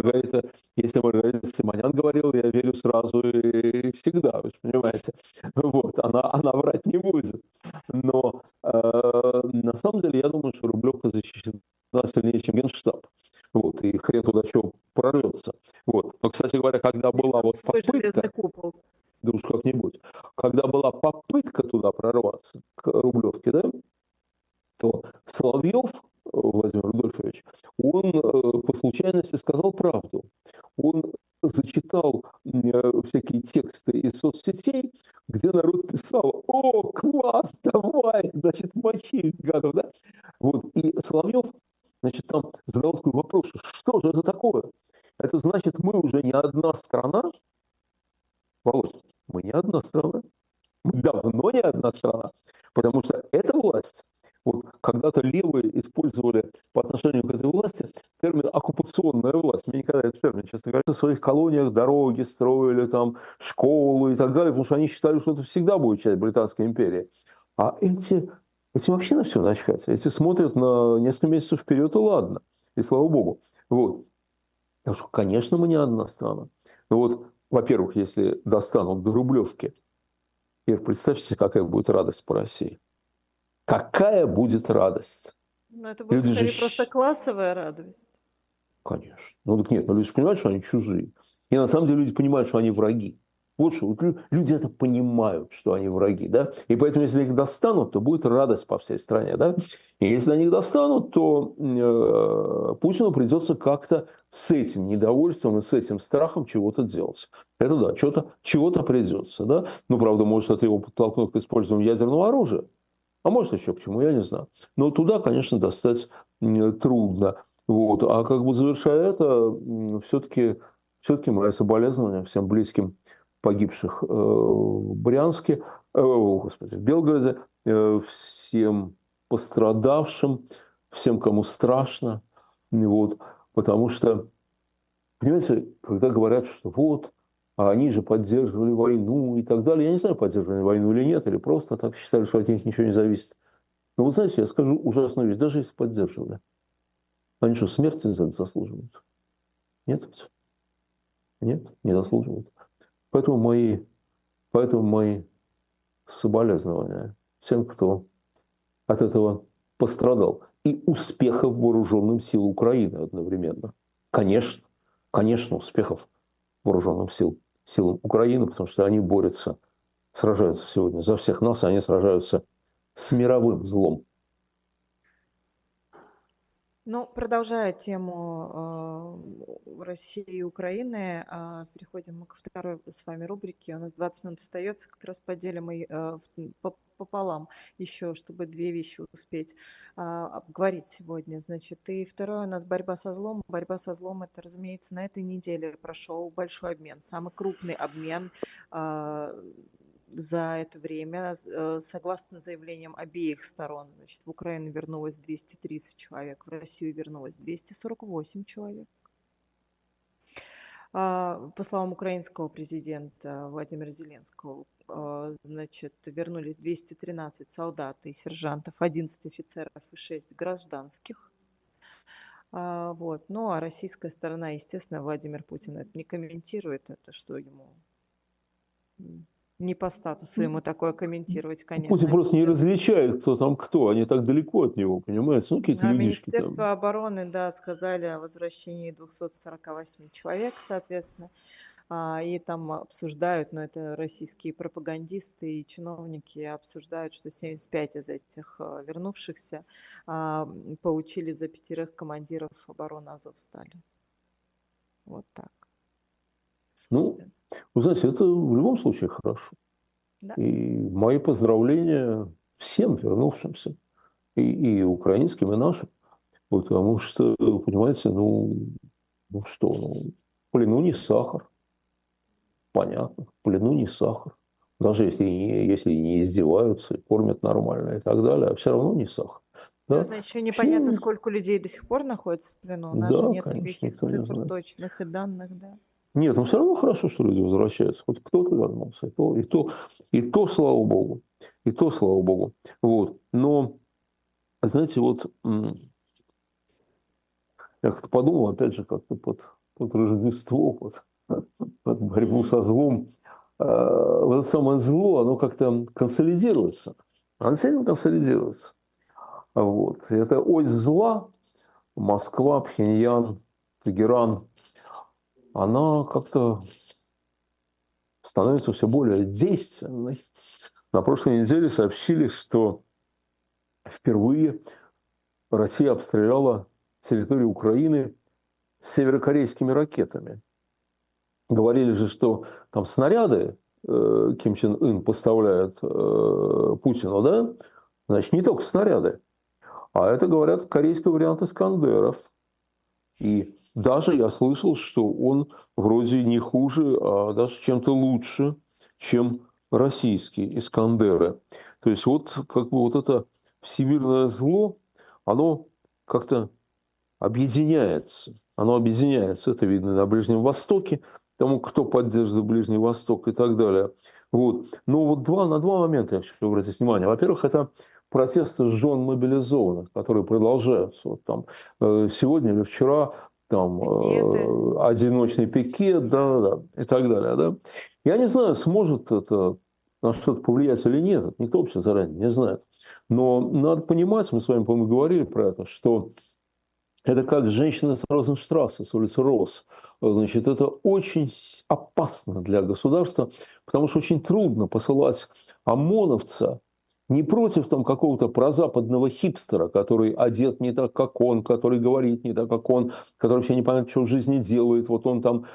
если Маргарита Симонян говорила, я верю сразу и всегда, вы же понимаете. Вот, она врать не будет. Но на самом деле я думаю, что Рублевка защищена сильнее, чем Генштаб. Вот, и хрен туда чего прорвется. Вот. Но, кстати говоря, когда была Там вот свой железный попытка, купол. да уж как-нибудь, когда была попытка туда прорваться, к Рублевке, да, то Соловьев Владимир Рудольфович, он по случайности сказал правду. Он зачитал всякие тексты из соцсетей, где народ писал: «О, класс, давай, значит, мочи гадов», да? Вот. И Соловьев, значит, там задал такой вопрос: что же это такое? Это значит, мы уже не одна страна? Володь, мы не одна страна. Мы давно не одна страна. Потому что эта власть, вот когда-то левые использовали по отношению к этой власти термин «оккупационная власть». Мне никогда этот термин, честно говоря, в своих колониях дороги строили, там, школы и так далее, потому что они считали, что это всегда будет часть Британской империи. А эти вообще на все начхать. Эти смотрят на несколько месяцев вперед, и ладно. И слава богу. Вот. Так что, конечно, мы не одна страна. Но вот, во-первых, если достанут до Рублевки, и представьте себе, какая будет радость по России. Какая будет радость? Ну, это будет Люди скорее же... просто классовая радость. Конечно. Ну так нет, но люди же понимают, что они чужие. И на самом деле люди понимают, что они враги. Вот что, вот люди это понимают, что они враги, да? И поэтому, если их достанут, то будет радость по всей стране, да? И если они их достанут, то Путину придется как-то с этим недовольством и с этим страхом чего-то делать. Это да, чего-то придется, да? Ну, правда, может, это его подтолкнуть к использованию ядерного оружия. А может, еще к чему, я не знаю. Но туда, конечно, достать трудно. Вот. А как бы завершая это, все-таки мои соболезнования всем близким погибших в Брянске, в Белгороде, всем пострадавшим, всем, кому страшно. Вот. Потому что, понимаете, когда говорят, что вот, а они же поддерживали войну и так далее, я не знаю, поддерживали войну или нет, или просто так считали, что от них ничего не зависит. Но вы знаете, я скажу ужасную вещь, даже если поддерживали, они что, смерти за это заслуживают? Нет? Нет, не заслуживают. Поэтому мои соболезнования тем, кто от этого пострадал. И успехов вооруженным сил Украины одновременно. Конечно, успехов вооруженным силам Украины, потому что они сражаются сегодня за всех нас, они сражаются с мировым злом. Ну, продолжая тему России и Украины, переходим мы ко второй с вами рубрике. У нас 20 минут остается, как раз поделим пополам еще, чтобы две вещи успеть обговорить сегодня. Значит, и второе у нас борьба со злом. Борьба со злом, это, разумеется, на этой неделе прошел большой обмен, самый крупный обмен за это время, согласно заявлениям обеих сторон. Значит, в Украину вернулось 230 человек, в Россию вернулось 248 человек. По словам украинского президента Владимира Зеленского, значит, вернулись 213 солдат и сержантов, 11 офицеров и 6 гражданских. Вот. Ну, а российская сторона, естественно, Владимир Путин это не комментирует, это что ему не по статусу ему такое комментировать, конечно. Путин просто не различает, кто там кто. Они так далеко от него, понимаете? Ну, какие-то людишки там. Министерство обороны, да, сказали о возвращении 248 человек, соответственно. И там обсуждают, но это российские пропагандисты и чиновники обсуждают, что 75 из этих вернувшихся получили за 5 командиров обороны Азовстали. Вот так. Ну, вы знаете, это в любом случае хорошо. Да. И мои поздравления всем вернувшимся, и украинским, и нашим. Потому что, понимаете, в плену не сахар. Понятно, в плену не сахар. Даже если не издеваются, и кормят нормально и так далее, а все равно не сахар. Да? Значит, еще непонятно, сколько людей до сих пор находится в плену. У нас же нет никаких цифр точных и данных, да. Нет, но все равно хорошо, что люди возвращаются. Хоть кто-то вернулся, и то, слава богу. И то, слава богу. Вот. Но, знаете, вот я как-то подумал, опять же, как-то под Рождество, под борьбу со злом. Вот это самое зло, оно как-то консолидируется. Оно сильно консолидируется. Вот. И это ось зла, Москва, Пхеньян, Тегеран, она как-то становится все более действенной. На прошлой неделе сообщили, что впервые Россия обстреляла территорию Украины северокорейскими ракетами. Говорили же, что там снаряды Ким Чен Ын поставляет Путину, да? Значит, не только снаряды, а это, говорят, корейский вариант Искандеров. И даже я слышал, что он вроде не хуже, а даже чем-то лучше, чем российские Искандеры. То есть вот как бы вот это всемирное зло, оно как-то объединяется. Оно объединяется. Это видно на Ближнем Востоке, тому, кто поддерживает Ближний Восток и так далее. Вот. Но вот на два момента я хочу обратить внимание. Во-первых, это протесты жен мобилизованных, которые продолжаются. Вот там, сегодня или вчера там, одиночный пикет, да, и так далее. Да. Я не знаю, сможет это на что-то повлиять или нет. Это никто вообще заранее не знает. Но надо понимать, мы с вами, по-моему, говорили про это, что это как женщина с Розенштрассе, с улицы Роз. Значит, это очень опасно для государства, потому что очень трудно посылать ОМОНовца не против там какого-то прозападного хипстера, который одет не так, как он, который говорит не так, как он, который вообще непонятно, что в жизни делает. Вот он там,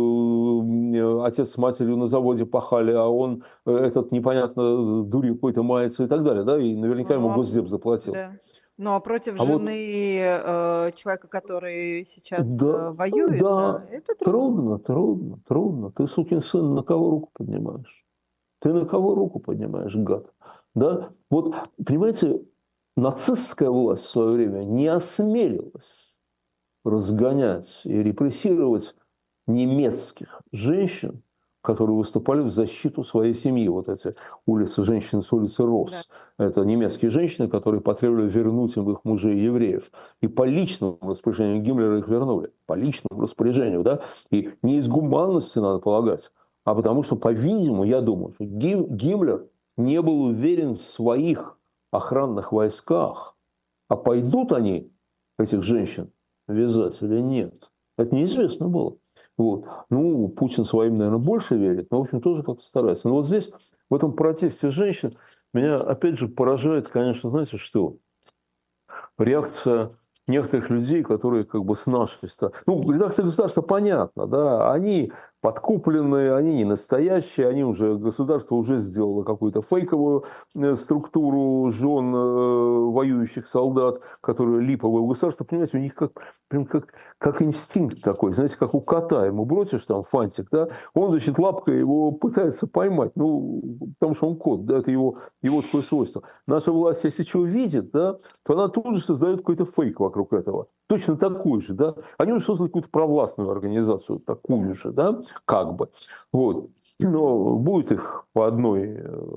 отец с матерью на заводе пахали, а он этот непонятно дурью какой-то мается и так далее. Да? И наверняка ему Госдеп заплатил. Да. Ну, а против жены человека, который сейчас воюет, да, это трудно. Ты, сукин сын, на кого руку поднимаешь? Ты на кого руку поднимаешь, гад? Да? Вот, понимаете, нацистская власть в свое время не осмелилась разгонять и репрессировать немецких женщин, которые выступали в защиту своей семьи. Вот эти женщины с улицы Рос. Да. Это немецкие женщины, которые потребовали вернуть им их мужей евреев. И по личному распоряжению Гиммлера их вернули. По личному распоряжению. Да? И не из гуманности, надо полагать, а потому что, по-видимому, я думаю, что Гиммлер не был уверен в своих охранных войсках. А пойдут они, этих женщин, вязать или нет? Это неизвестно было. Вот. Ну, Путин своим, наверное, больше верит, но, в общем, тоже как-то старается. Но вот здесь, в этом протесте женщин, меня, опять же, поражает, конечно, знаете, что? Реакция некоторых людей, которые как бы с нашей стороны. Ну, редакция государства, понятно, да, они подкупленные, они не настоящие, они уже, государство уже сделало какую-то фейковую структуру жен воюющих солдат, которые липовые. У государства, понимаете, у них как, прям как инстинкт такой, знаете, как у кота. Ему бросишь там фантик, да, он, значит, лапкой его пытается поймать, ну, потому что он кот, да, это его такое свойство. Наша власть, если что видит, да, то она тут же создает какой-то фейк вокруг этого. Точно такой же, да. Они уже создали какую-то провластную организацию, такую же, да, как бы. Вот. Но будет их по одной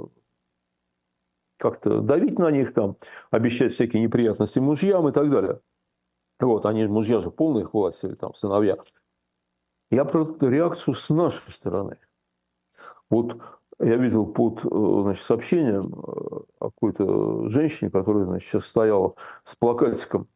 как-то давить на них, там, обещать всякие неприятности мужьям и так далее. Вот, они, мужья же полные их власти, или там сыновья. Я про реакцию с нашей стороны. Вот я видел под значит, сообщением о какой-то женщине, которая значит, сейчас стояла с плакатиком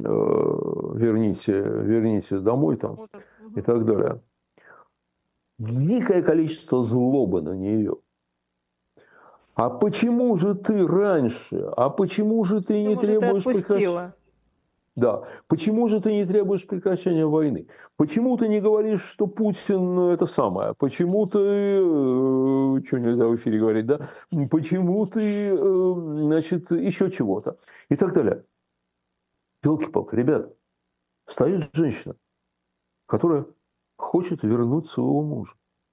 верните домой там, и так далее. Дикое количество злобы на нее. А почему же ты раньше? А почему же ты не требуешь прекращения? Да. Почему же ты не требуешь прекращения войны? Почему ты не говоришь, что Путин это самое? Почему ты, что нельзя в эфире говорить, да? Почему ты, значит, еще чего-то? И так далее. Елки-палки, ребят, стоит женщина, которая хочет вернуть своего мужа.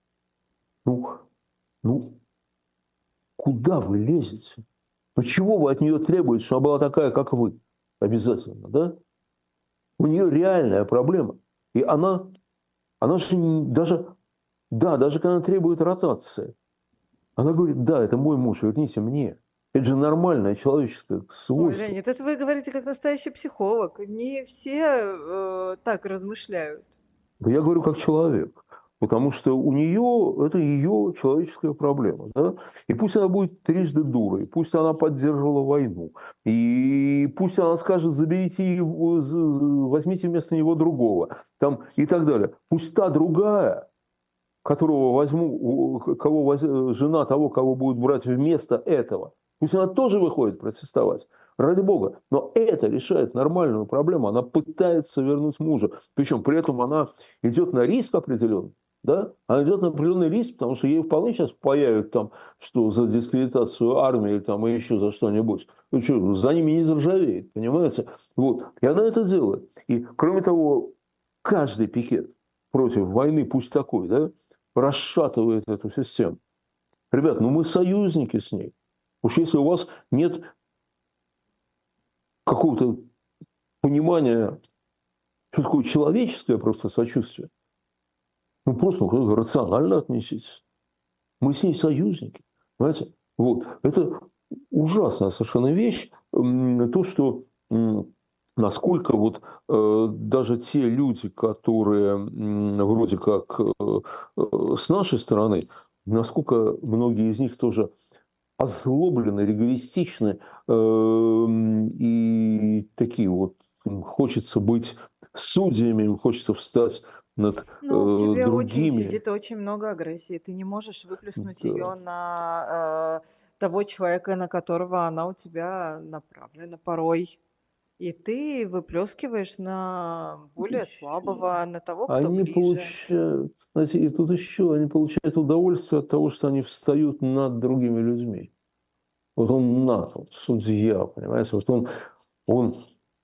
Ну, куда вы лезете? Ну, чего вы от нее требуете, чтобы она была такая, как вы? Обязательно, да? У нее реальная проблема. И она же даже, да, даже когда она требует ротации, она говорит, да, это мой муж, верните мне. Это же нормальное человеческое свойство. Ой, Леонид, это вы говорите как настоящий психолог. Не все так размышляют. Я говорю как человек. Потому что у нее, это ее человеческая проблема. Да? И пусть она будет трижды дурой, пусть она поддерживала войну, и пусть она скажет, заберите его, возьмите вместо него другого, там, и так далее. Пусть та другая, которого возьму, жена того, кого будет брать вместо этого, пусть она тоже выходит протестовать. Ради бога. Но это решает нормальную проблему. Она пытается вернуть мужа. Причем при этом она идет на риск определенный. Да? Она идет на определенный риск, потому что ей вполне сейчас появят там, что за дискредитацию армии или там, и еще за что-нибудь. Ну что, за ними не заржавеет, понимаете? Вот. И она это делает. И кроме того, каждый пикет против войны, пусть такой, да, расшатывает эту систему. Ребят, ну мы союзники с ней. Уж если у вас нет какого-то понимания, что такое человеческое просто сочувствие, ну просто рационально отнеситесь. Мы с ней союзники. Понимаете? Вот. Это ужасная совершенно вещь. То, что насколько вот даже те люди, которые вроде как с нашей стороны, насколько многие из них тоже озлоблены, ригористичны и такие вот, им хочется быть судьями, им хочется встать над Ну, в тебе очень другими. сидит очень много агрессии. Ты не можешь выплеснуть Да. ее на того человека, на которого она у тебя направлена порой. И ты выплескиваешь на более слабого, на того, кто Они ближе. получают, знаете, и тут еще они получают удовольствие от того, что они встают над другими людьми. Вот он он судья, понимаете, вот он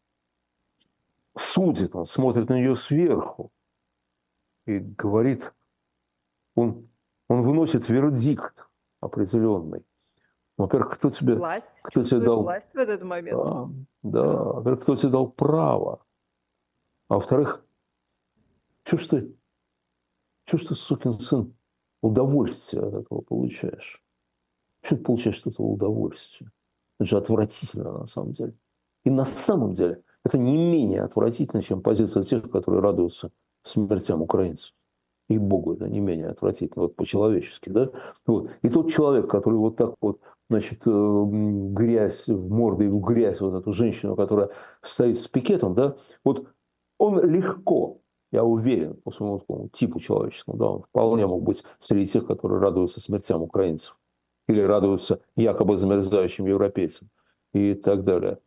судит, он смотрит на нее сверху и говорит, он выносит вердикт определенный. Во-первых, кто тебе Чувствует дал, власть в этот момент. да, во-первых, кто тебе дал право, а во-вторых, что ж ты, сукин сын, удовольствие от этого получаешь? Что ты получаешь от этого удовольствие? Это же отвратительно на самом деле. И на самом деле это не менее отвратительно, чем позиция тех, которые радуются смертям украинцев. И Богу, это не менее отвратительно, вот по-человечески, да? Вот. И тот человек, который вот так вот, значит, грязь в морду и в грязь вот эту женщину, которая стоит с пикетом, да, вот он легко, я уверен, по своему такому типу человеческому, да, он вполне мог быть среди тех, которые радуются смертям украинцев или радуются якобы замерзающим европейцам и так далее.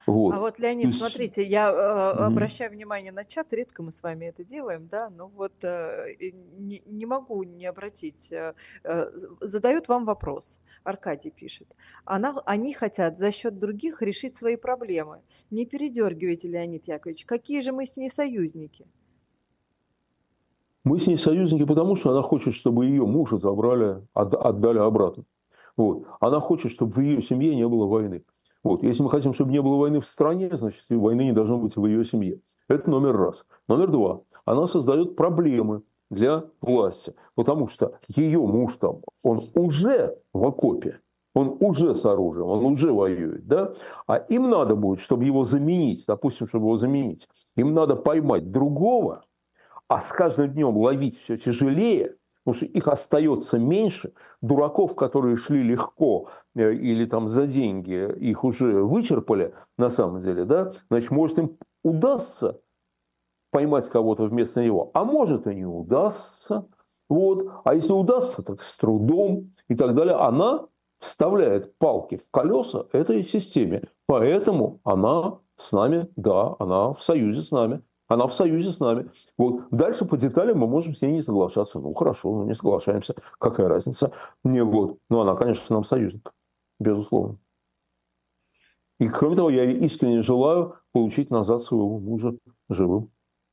А Вот. вот, То Леонид, есть, смотрите, я мгм. обращаю внимание на чат, редко мы с вами это делаем, да, но вот и не могу не обратить. Задают вам вопрос, Аркадий пишет. Они хотят за счет других решить свои проблемы. Не передергивайте, Леонид Яковлевич, какие же мы с ней союзники? Мы с ней союзники, потому что она хочет, чтобы ее мужа забрали, отдали обратно. Вот. Она хочет, чтобы в ее семье не было войны. Вот. Если мы хотим, чтобы не было войны в стране, значит, и войны не должно быть в ее семье. Это номер раз. Номер два. Она создает проблемы для власти, потому что ее муж там, он уже в окопе, он уже с оружием, он уже воюет, да? А им надо будет, чтобы его заменить, допустим, чтобы его заменить, им надо поймать другого, а с каждым днем ловить все тяжелее, потому что их остается меньше, дураков, которые шли легко или там за деньги, их уже вычерпали на самом деле, да, значит, может им удастся поймать кого-то вместо него, а может и не удастся, вот, а если удастся, так с трудом и так далее, она вставляет палки в колеса этой системе, поэтому она с нами, да, она в союзе с нами. Она в союзе с нами. Вот. Дальше по деталям мы можем с ней не соглашаться. Ну, хорошо, ну, не соглашаемся. Какая разница? Не вот. Но она, конечно, нам союзник. Безусловно. И, кроме того, я ей искренне желаю получить назад своего мужа живым.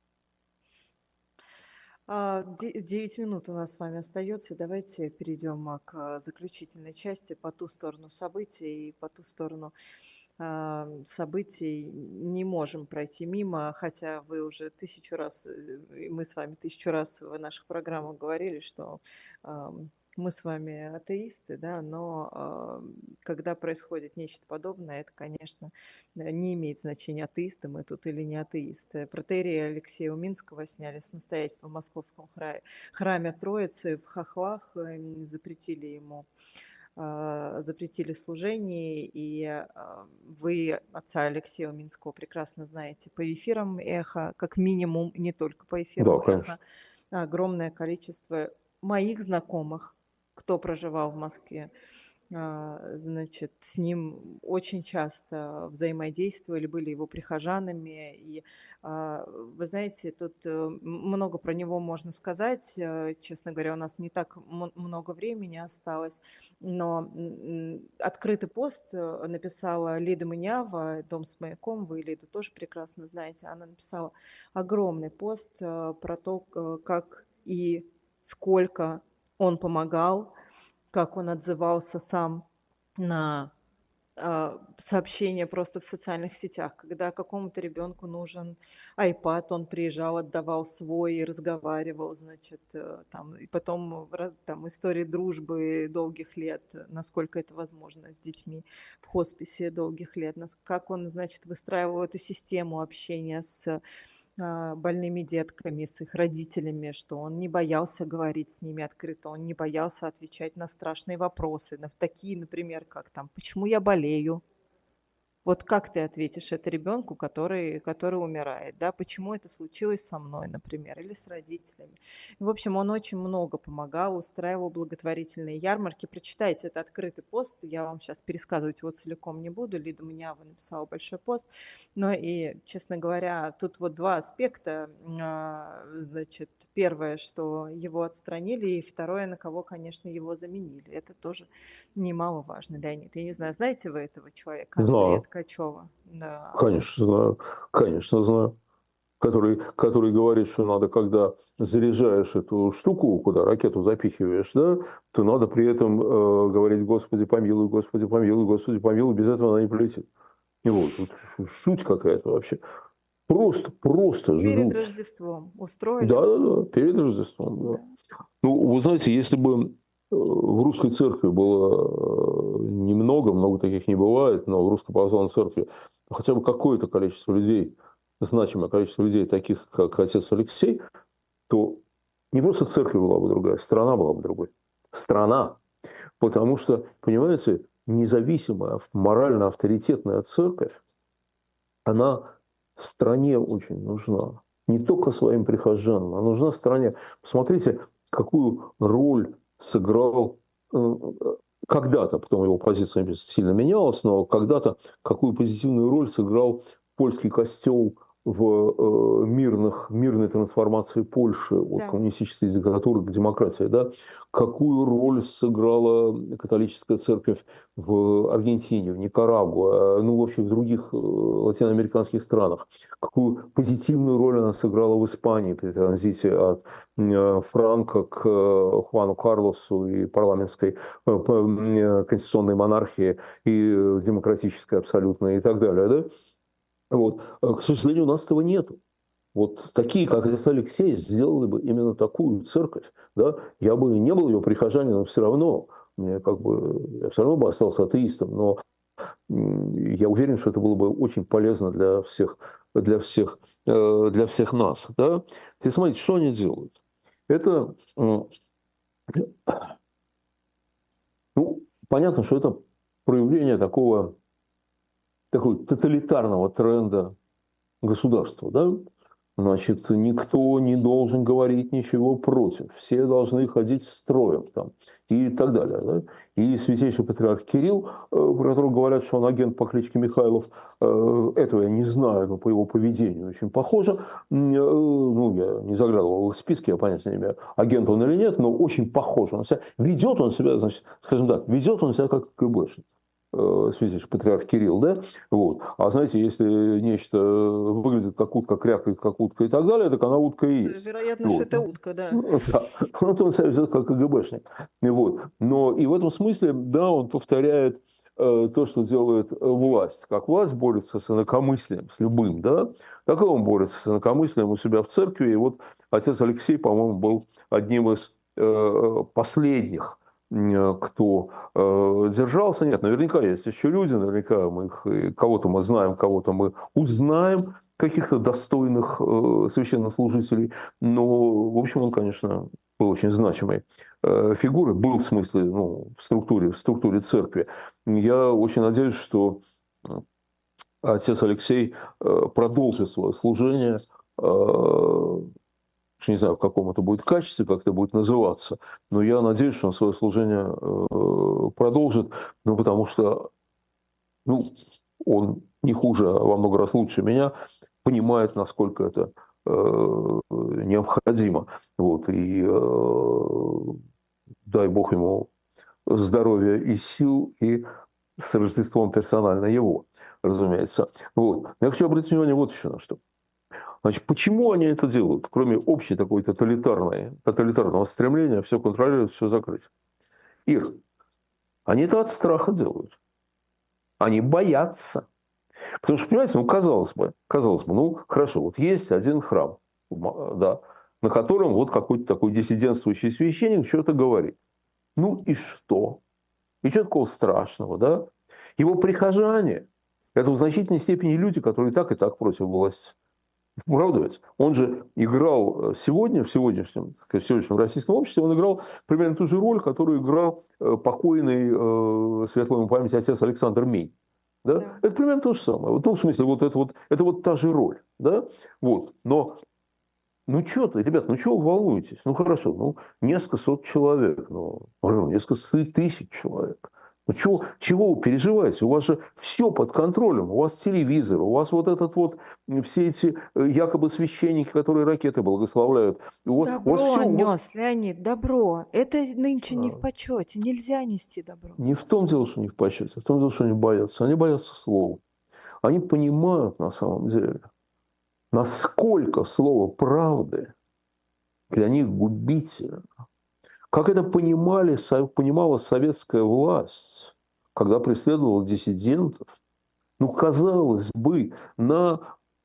9 минут у нас с вами остается. Давайте перейдем к заключительной части по ту сторону событий и по ту сторону событий не можем пройти мимо, хотя вы уже тысячу раз, и мы с вами тысячу раз в наших программах говорили, что мы с вами атеисты, да, но когда происходит нечто подобное, это, конечно, не имеет значения, атеисты мы тут или не атеисты. Протоиерея Алексея Уминского сняли с настоятельства в Московском храме Троицы в Хохлах, запретили ему запретили служение, и вы отца Алексея Уминского прекрасно знаете по эфирам «Эхо», как минимум, не только по эфирам Да, «Эхо». конечно. Огромное количество моих знакомых, кто проживал в Москве, значит, с ним очень часто взаимодействовали, были его прихожанами. И вы знаете, тут много про него можно сказать. Честно говоря, у нас не так много времени осталось. Но открытый пост написала Лида Мынява, «Дом с маяком». Вы Лиду тоже прекрасно знаете. Она написала огромный пост про то, как и сколько он помогал, как он отзывался сам на сообщения просто в социальных сетях, когда какому-то ребенку нужен iPad, он приезжал, отдавал свой и разговаривал, значит, там, и потом там истории дружбы долгих лет, насколько это возможно с детьми в хосписе долгих лет, как он, значит, выстраивал эту систему общения с больными детками, с их родителями, что он не боялся говорить с ними открыто, он не боялся отвечать на страшные вопросы, на такие, например, как там, почему я болею, вот как ты ответишь это ребенку, который умирает, да, почему это случилось со мной, например, или с родителями. В общем, он очень много помогал, устраивал благотворительные ярмарки. Прочитайте, это открытый пост, я вам сейчас пересказывать его целиком не буду, Лида Мынява написала большой пост, но и, честно говоря, тут вот два аспекта, значит, первое, что его отстранили, и второе, на кого, конечно, его заменили, это тоже немаловажно, Леонид. Я не знаю, знаете вы этого человека, Андрея Знаю. Ткачева? Да. Конечно, знаю. Конечно, знаю. Который говорит, что надо, когда заряжаешь эту штуку, куда ракету запихиваешь, да, то надо при этом говорить «Господи помилуй, Господи помилуй, Господи помилуй», без этого она не полетит. И вот жуть какая-то вообще. Просто Перед жуть. Рождеством устроили Да, вот. да, да, перед Рождеством, да. Да. Ну, вы знаете, если бы в русской церкви было немного, много таких не бывает, но в русской православной церкви хотя бы какое-то количество людей, значимое количество людей, таких как отец Алексей, то не просто церковь была бы другая, страна была бы другой. Страна. Потому что, понимаете, независимая, морально авторитетная церковь, она в стране очень нужна. Не только своим прихожанам, а нужна стране. Посмотрите, какую роль сыграл когда-то, потом его позиция сильно менялась, но когда-то какую позитивную роль сыграл польский костел в мирной трансформации Польши от Да. коммунистической диктатуры к демократии, да? Какую роль сыграла католическая церковь в Аргентине, в Никарагуа, ну, в общем, в других латиноамериканских странах? Какую позитивную роль она сыграла в Испании при транзите от Франко к Хуану Карлосу и парламентской конституционной монархии и демократической абсолютно и так далее, да? Вот. К сожалению, у нас этого нету. Вот такие, как отец Алексей, сделали бы именно такую церковь. Да? Я бы не был ее прихожанином все равно. Я все равно бы остался атеистом, но я уверен, что это было бы очень полезно для всех нас. Да? Ты смотрите, что они делают. Это, ну, понятно, что это проявление такого тоталитарного тренда государства, да? Значит, никто не должен говорить ничего против, все должны ходить строем там, и так далее. Да? И святейший патриарх Кирилл, про которого говорят, что он агент по кличке Михайлов, этого я не знаю, но по его поведению очень похоже. Ну, я не заглядывал в их списки, я понятия не имею, агент он или нет, но очень похож. Ведет он себя, значит, скажем так, ведет он себя как КГБшник, святейший патриарх Кирилл, да, вот. А знаете, если нечто выглядит как утка, крякает как утка и так далее, так она утка и есть. Вероятно, Вот. что это утка, да. Да. Вот он себя ведет как КГБшник. Вот. Но и в этом смысле, да, он повторяет то, что делает власть. Как власть борется с инакомыслием, с любым, да, так и он борется с инакомыслием у себя в церкви. И вот отец Алексей, по-моему, был одним из последних, кто держался. Нет, наверняка есть еще люди, наверняка кого-то мы знаем, кого-то мы узнаем, каких-то достойных священнослужителей. Но, в общем, он, конечно, был очень значимой фигурой, был в смысле, ну, в структуре церкви. Я очень надеюсь, что отец Алексей продолжит свое служение, не знаю, в каком это будет качестве, как это будет называться, но я надеюсь, что он свое служение продолжит, ну, потому что, ну, он не хуже, а во много раз лучше меня понимает, насколько это необходимо. Вот, и дай Бог ему здоровья и сил, и с Рождеством персонально его, разумеется. Вот. Я хочу обратить внимание вот еще на что. Значит, почему они это делают, кроме общей такой тоталитарного стремления все контролировать, все закрыть? Ир, они это от страха делают. Они боятся. Потому что, понимаете, ну, казалось бы, ну, хорошо, вот есть один храм, да, на котором вот какой-то такой диссидентствующий священник что-то говорит. Ну и что? И что такого страшного, да? Его прихожане – это в значительной степени люди, которые и так против власти. Правда ведь? Он же играл сегодня, в сегодняшнем российском обществе, он играл примерно ту же роль, которую играл покойный, светлой ему памяти, отец Александр Мень. Да? Да. Это примерно то же самое. Вот, ну, в смысле, это вот та же роль. Да? Вот. Но, ну, что ты, ребят, ну, чего вы волнуетесь? Ну, хорошо, ну, несколько сот человек, ну, несколько тысяч человек. Ну, чего вы переживаете? У вас же все под контролем. У вас телевизор, у вас вот этот вот, все эти якобы священники, которые ракеты благословляют. У вас Добро все, он нес, Леонид, добро. Это нынче не в А, почете. Нельзя нести добро. не в том дело, что они в почете, а в том дело, что они боятся. Они боятся слова. Они понимают на самом деле, насколько слово правды для них губительно. Как это понимала советская власть, когда преследовала диссидентов? Ну, казалось бы, на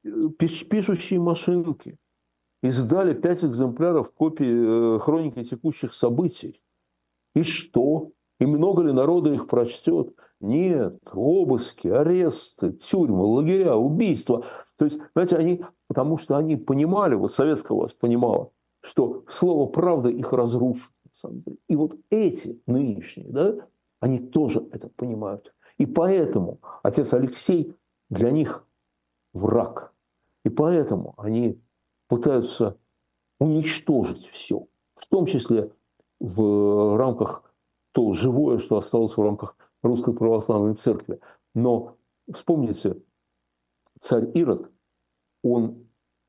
пишущей машинке издали 5 экземпляров копии хроники текущих событий. И что? И много ли народа их прочтет? Нет. Обыски, аресты, тюрьмы, лагеря, убийства. То есть, знаете, потому что они понимали, вот советская власть понимала, что слово «правда» их разрушит. На самом деле. И вот эти нынешние, да, они тоже это понимают. И поэтому отец Алексей для них враг. И поэтому они пытаются уничтожить все, в том числе в рамках то живое, что осталось в рамках Русской Православной Церкви. Но вспомните, царь Ирод, он,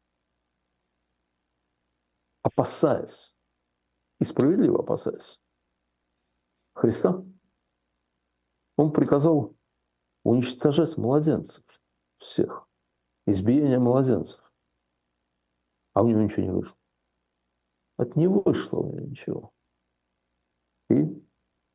опасаясь, и справедливо опасаясь Христа, он приказал уничтожать младенцев всех, избиение младенцев. А у него ничего не вышло. Это не вышло у него ничего. И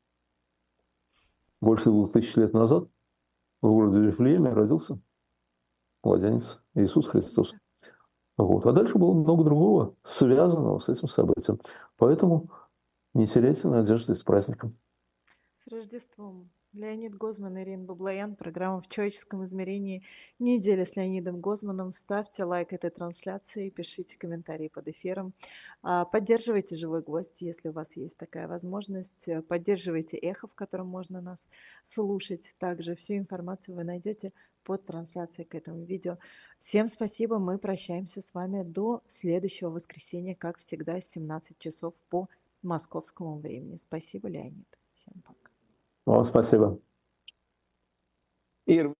больше 2000 лет назад в городе Вифлееме родился младенец Иисус Христос. Вот. А дальше было много другого, связанного с этим событием. Поэтому не теряйте надежды с праздником. С Рождеством. Леонид Гозман, Ирина Баблоян. Программа «В человеческом измерении». Неделя с Леонидом Гозманом. Ставьте лайк этой трансляции, пишите комментарии под эфиром. Поддерживайте «Живой гвоздь», если у вас есть такая возможность. Поддерживайте «Эхо», в котором можно нас слушать. Также всю информацию вы найдете под трансляцией к этому видео. Всем спасибо. Мы прощаемся с вами до следующего воскресенья, как всегда, 17 часов по московскому времени. Спасибо, Леонид. Всем пока. Вам спасибо. Ир,